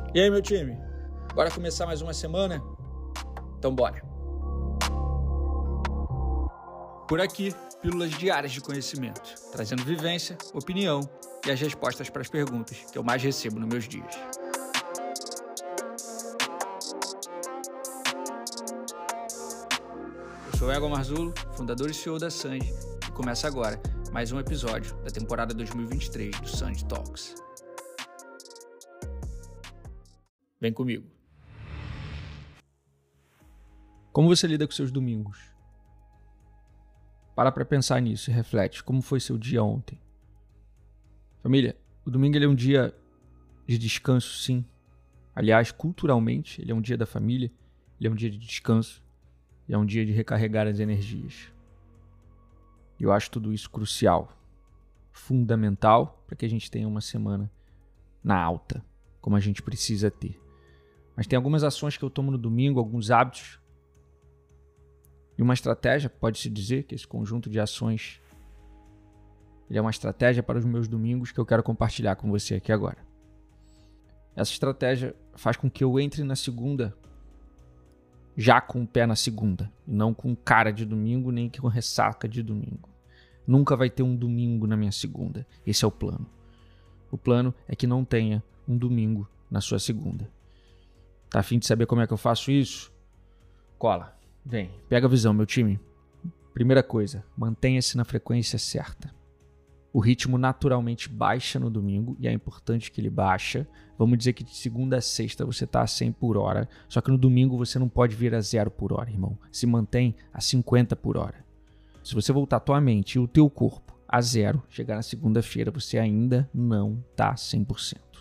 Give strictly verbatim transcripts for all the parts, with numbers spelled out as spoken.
E aí, meu time? Bora começar mais uma semana? Então bora! Por aqui, pílulas diárias de conhecimento, trazendo vivência, opinião e as respostas para as perguntas que eu mais recebo nos meus dias. Eu sou o Egon Marzullo, fundador e C E O da Sandy, e começa agora mais um episódio da temporada dois mil e vinte e três do Sandy Talks. Vem comigo. Como você lida com seus domingos? Para para pensar nisso e reflete. Como foi seu dia ontem? Família, o domingo ele é um dia de descanso, sim. Aliás, culturalmente, ele é um dia da família, ele é um dia de descanso, e é um dia de recarregar as energias. E eu acho tudo isso crucial, fundamental para que a gente tenha uma semana na alta, como a gente precisa ter. Mas tem algumas ações que eu tomo no domingo, alguns hábitos, e uma estratégia, pode-se dizer que esse conjunto de ações ele é uma estratégia para os meus domingos que eu quero compartilhar com você aqui agora. Essa estratégia faz com que eu entre na segunda já com o pé na segunda, e não com cara de domingo, nem com ressaca de domingo. Nunca vai ter um domingo na minha segunda. Esse é o plano. O plano é que não tenha um domingo na sua segunda. Tá a fim de saber como é que eu faço isso? Cola, vem, pega a visão, meu time. Primeira coisa, mantenha-se na frequência certa. O ritmo naturalmente baixa no domingo e é importante que ele baixa. Vamos dizer que de segunda a sexta você está a cem por hora, só que no domingo você não pode vir a zero por hora, irmão. Se mantém a cinquenta por hora. Se você voltar a tua mente e o teu corpo a zero, chegar na segunda-feira, você ainda não está cem por cento.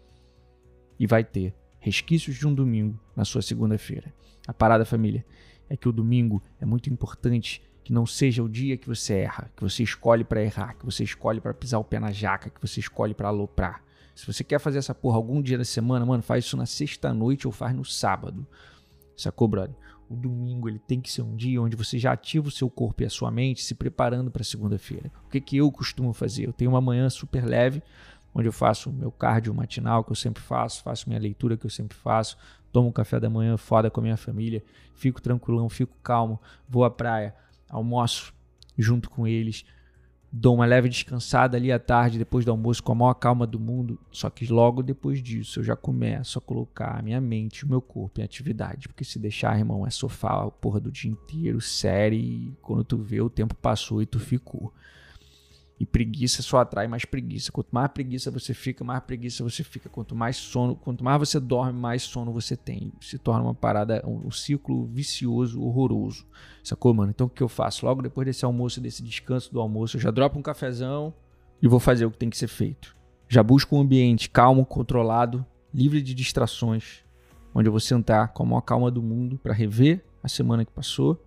E vai ter resquícios de um domingo na sua segunda-feira. A parada, família, é que o domingo é muito importante que não seja o dia que você erra, que você escolhe para errar, que você escolhe para pisar o pé na jaca, que você escolhe para aloprar. Se você quer fazer essa porra algum dia da semana, mano, faz isso na sexta-noite ou faz no sábado. Sacou, brother? O domingo ele tem que ser um dia onde você já ativa o seu corpo e a sua mente se preparando para segunda-feira. O que, que eu costumo fazer? Eu tenho uma manhã super leve, onde eu faço meu cardio matinal que eu sempre faço, faço minha leitura que eu sempre faço, tomo um café da manhã foda com a minha família, fico tranquilão, fico calmo, vou à praia, almoço junto com eles, dou uma leve descansada ali à tarde, depois do almoço, com a maior calma do mundo, só que logo depois disso eu já começo a colocar a minha mente, o meu corpo em atividade, porque se deixar, irmão, é sofá, a porra do dia inteiro, série, e quando tu vê o tempo passou e tu ficou. E preguiça só atrai mais preguiça. Quanto mais preguiça você fica, mais preguiça você fica. Quanto mais sono, quanto mais você dorme, mais sono você tem. Se torna uma parada, um, um ciclo vicioso, horroroso. Sacou, mano? Então o que eu faço? Logo depois desse almoço, desse descanso do almoço, eu já dropo um cafezão e vou fazer o que tem que ser feito. Já busco um ambiente calmo, controlado, livre de distrações, onde eu vou sentar com a maior calma do mundo para rever a semana que passou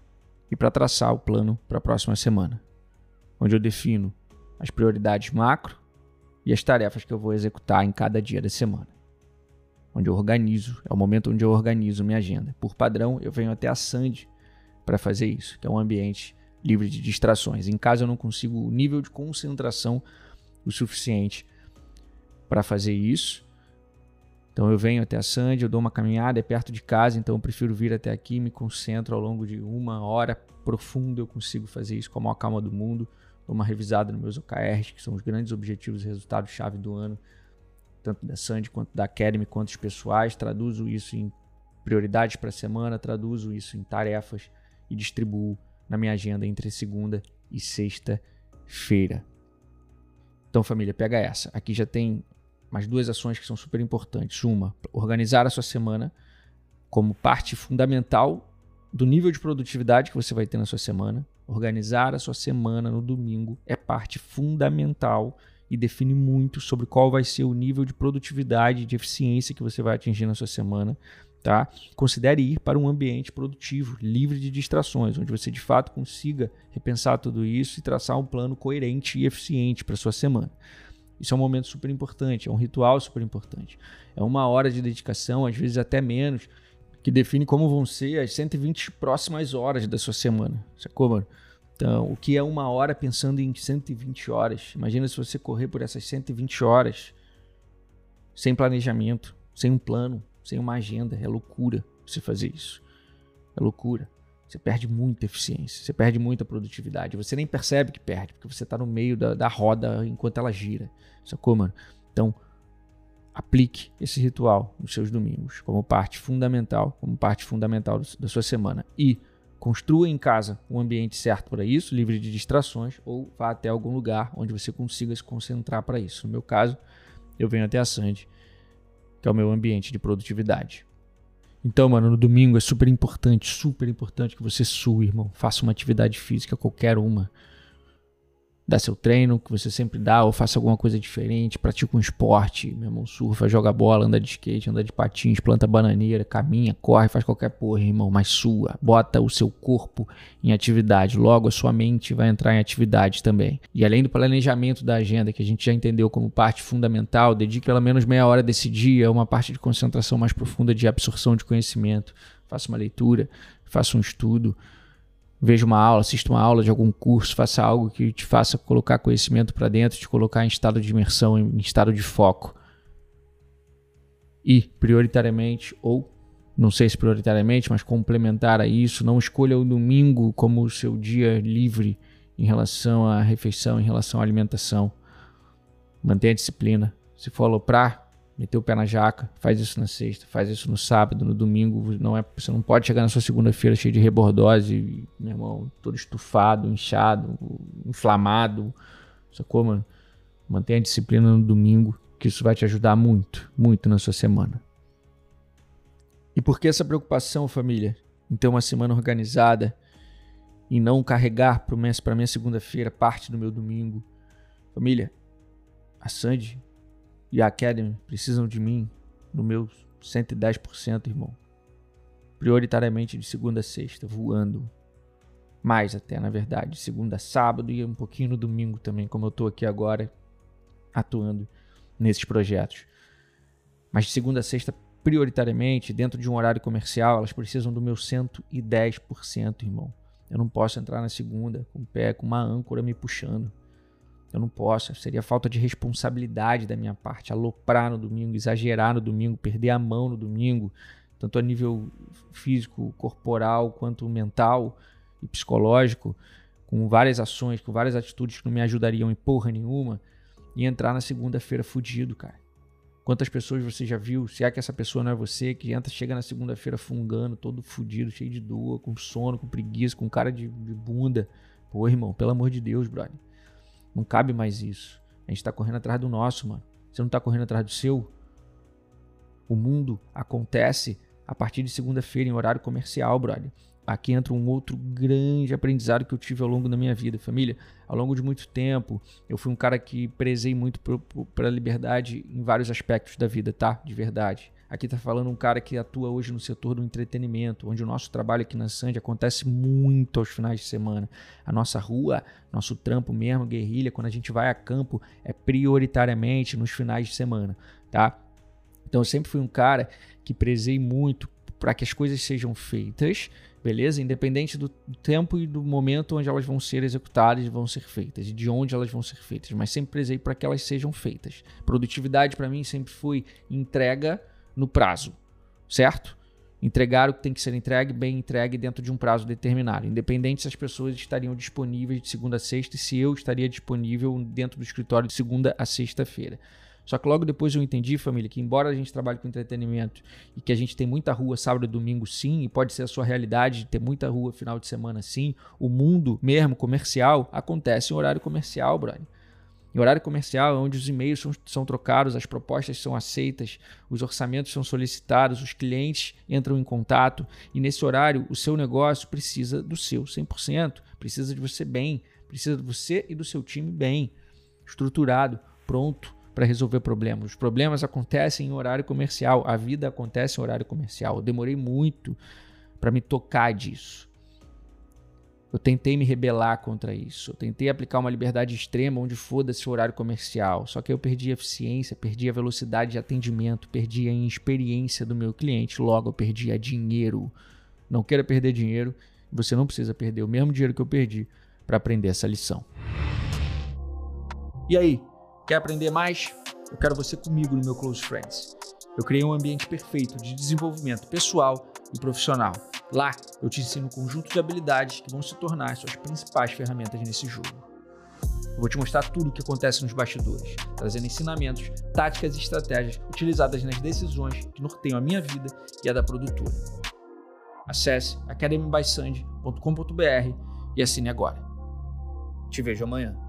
e para traçar o plano para a próxima semana, onde eu defino as prioridades macro e as tarefas que eu vou executar em cada dia da semana. Onde eu organizo, é o momento onde eu organizo minha agenda. Por padrão, eu venho até a Sandy para fazer isso, que é um ambiente livre de distrações. Em casa eu não consigo o nível de concentração o suficiente para fazer isso. Então eu venho até a Sandy, eu dou uma caminhada, é perto de casa, então eu prefiro vir até aqui, me concentro ao longo de uma hora profunda, eu consigo fazer isso com a maior calma do mundo. Dou uma revisada nos meus O K Rs, que são os grandes objetivos e resultados-chave do ano, tanto da Sandy quanto da Academy, quanto os pessoais. Traduzo isso em prioridades para a semana, traduzo isso em tarefas e distribuo na minha agenda entre segunda e sexta-feira. Então, família, pega essa. Aqui já tem mais duas ações que são super importantes. Uma, organizar a sua semana como parte fundamental do nível de produtividade que você vai ter na sua semana. Organizar a sua semana no domingo é parte fundamental e define muito sobre qual vai ser o nível de produtividade e de eficiência que você vai atingir na sua semana. Tá? Considere ir para um ambiente produtivo, livre de distrações, onde você de fato consiga repensar tudo isso e traçar um plano coerente e eficiente para a sua semana. Isso é um momento super importante, é um ritual super importante. É uma hora de dedicação, às vezes até menos, que define como vão ser as cento e vinte próximas horas da sua semana. Sacou, mano? Então, o que é uma hora pensando em cento e vinte horas? Imagina se você correr por essas cento e vinte horas sem planejamento, sem um plano, sem uma agenda. É loucura você fazer isso. É loucura. Você perde muita eficiência, você perde muita produtividade. Você nem percebe que perde, porque você está no meio da, da roda enquanto ela gira. Sacou, mano? Então, aplique esse ritual nos seus domingos como parte fundamental, como parte fundamental da sua semana. E construa em casa um ambiente certo para isso, livre de distrações, ou vá até algum lugar onde você consiga se concentrar para isso. No meu caso, eu venho até a Sandy, que é o meu ambiente de produtividade. Então, mano, no domingo é super importante, super importante que você sue, irmão. Faça uma atividade física, qualquer uma. Dá seu treino, que você sempre dá, ou faça alguma coisa diferente, pratica um esporte, meu irmão, surfa, joga bola, anda de skate, anda de patins, planta bananeira, caminha, corre, faz qualquer porra, irmão, mas sua. Bota o seu corpo em atividade, logo a sua mente vai entrar em atividade também. E além do planejamento da agenda, que a gente já entendeu como parte fundamental, dedique pelo menos meia hora desse dia a uma parte de concentração mais profunda de absorção de conhecimento. Faça uma leitura, faça um estudo, veja uma aula, assista uma aula de algum curso, faça algo que te faça colocar conhecimento para dentro, te colocar em estado de imersão, em estado de foco. E, prioritariamente, ou não sei se prioritariamente, mas complementar a isso, não escolha o domingo como o seu dia livre em relação à refeição, em relação à alimentação. Mantenha a disciplina. Se for aloprar, meter o pé na jaca, faz isso na sexta, faz isso no sábado, no domingo. Não é, você não pode chegar na sua segunda-feira cheio de rebordose, meu irmão, todo estufado, inchado, inflamado. Sacou, mano? Mantenha a disciplina no domingo, que isso vai te ajudar muito, muito na sua semana. E por que essa preocupação, família, em ter uma semana organizada e não carregar para a minha segunda-feira parte do meu domingo? Família, a Sandy e a Academy precisam de mim no meu cento e dez por cento, irmão. Prioritariamente de segunda a sexta, voando. Mais até, na verdade, de segunda a sábado e um pouquinho no domingo também, como eu estou aqui agora, atuando nesses projetos. Mas de segunda a sexta, prioritariamente, dentro de um horário comercial, elas precisam do meu cento e dez por cento, irmão. Eu não posso entrar na segunda com o pé, com uma âncora me puxando. Eu não posso, seria falta de responsabilidade da minha parte, aloprar no domingo, exagerar no domingo, perder a mão no domingo, tanto a nível físico, corporal, quanto mental e psicológico, com várias ações, com várias atitudes que não me ajudariam em porra nenhuma, e entrar na segunda-feira fudido, cara. Quantas pessoas você já viu, se é que essa pessoa não é você, que entra, chega na segunda-feira fungando, todo fudido, cheio de dor, com sono, com preguiça, com cara de, de bunda. Pô, irmão, pelo amor de Deus, brother. Não cabe mais isso. A gente tá correndo atrás do nosso, mano. Você não tá correndo atrás do seu? O mundo acontece a partir de segunda-feira em horário comercial, brother. Aqui entra um outro grande aprendizado que eu tive ao longo da minha vida, família. Ao longo de muito tempo, eu fui um cara que prezei muito pela liberdade em vários aspectos da vida, tá? De verdade. Aqui tá falando um cara que atua hoje no setor do entretenimento, onde o nosso trabalho aqui na Sandy acontece muito aos finais de semana. A nossa rua, nosso trampo mesmo, guerrilha, quando a gente vai a campo, é prioritariamente nos finais de semana, tá? Então eu sempre fui um cara que prezei muito para que as coisas sejam feitas, beleza? Independente do tempo e do momento onde elas vão ser executadas e vão ser feitas, e de onde elas vão ser feitas, mas sempre prezei para que elas sejam feitas. Produtividade para mim sempre foi entrega no prazo, certo? Entregar o que tem que ser entregue, bem entregue dentro de um prazo determinado, independente se as pessoas estariam disponíveis de segunda a sexta e se eu estaria disponível dentro do escritório de segunda a sexta-feira. Só que logo depois eu entendi, família, que embora a gente trabalhe com entretenimento e que a gente tem muita rua sábado e domingo sim, e pode ser a sua realidade de ter muita rua final de semana sim, o mundo mesmo comercial acontece em horário comercial, brother. Em horário comercial é onde os e-mails são, são trocados, as propostas são aceitas, os orçamentos são solicitados, os clientes entram em contato e nesse horário o seu negócio precisa do seu cem por cento, precisa de você bem, precisa de você e do seu time bem, estruturado, pronto para resolver problemas. Os problemas acontecem em horário comercial, a vida acontece em horário comercial. Eu demorei muito para me tocar disso. Eu tentei me rebelar contra isso. Eu tentei aplicar uma liberdade extrema onde foda-se o horário comercial. Só que eu perdi a eficiência, perdi a velocidade de atendimento, perdi a experiência do meu cliente. Logo, eu perdi a dinheiro. Não queira perder dinheiro. Você não precisa perder o mesmo dinheiro que eu perdi para aprender essa lição. E aí, quer aprender mais? Eu quero você comigo no meu Close Friends. Eu criei um ambiente perfeito de desenvolvimento pessoal e profissional. Lá, eu te ensino um conjunto de habilidades que vão se tornar as suas principais ferramentas nesse jogo. Eu vou te mostrar tudo o que acontece nos bastidores, trazendo ensinamentos, táticas e estratégias utilizadas nas decisões que norteiam a minha vida e a da produtora. Acesse academy by sandy ponto com ponto b r e assine agora. Te vejo amanhã.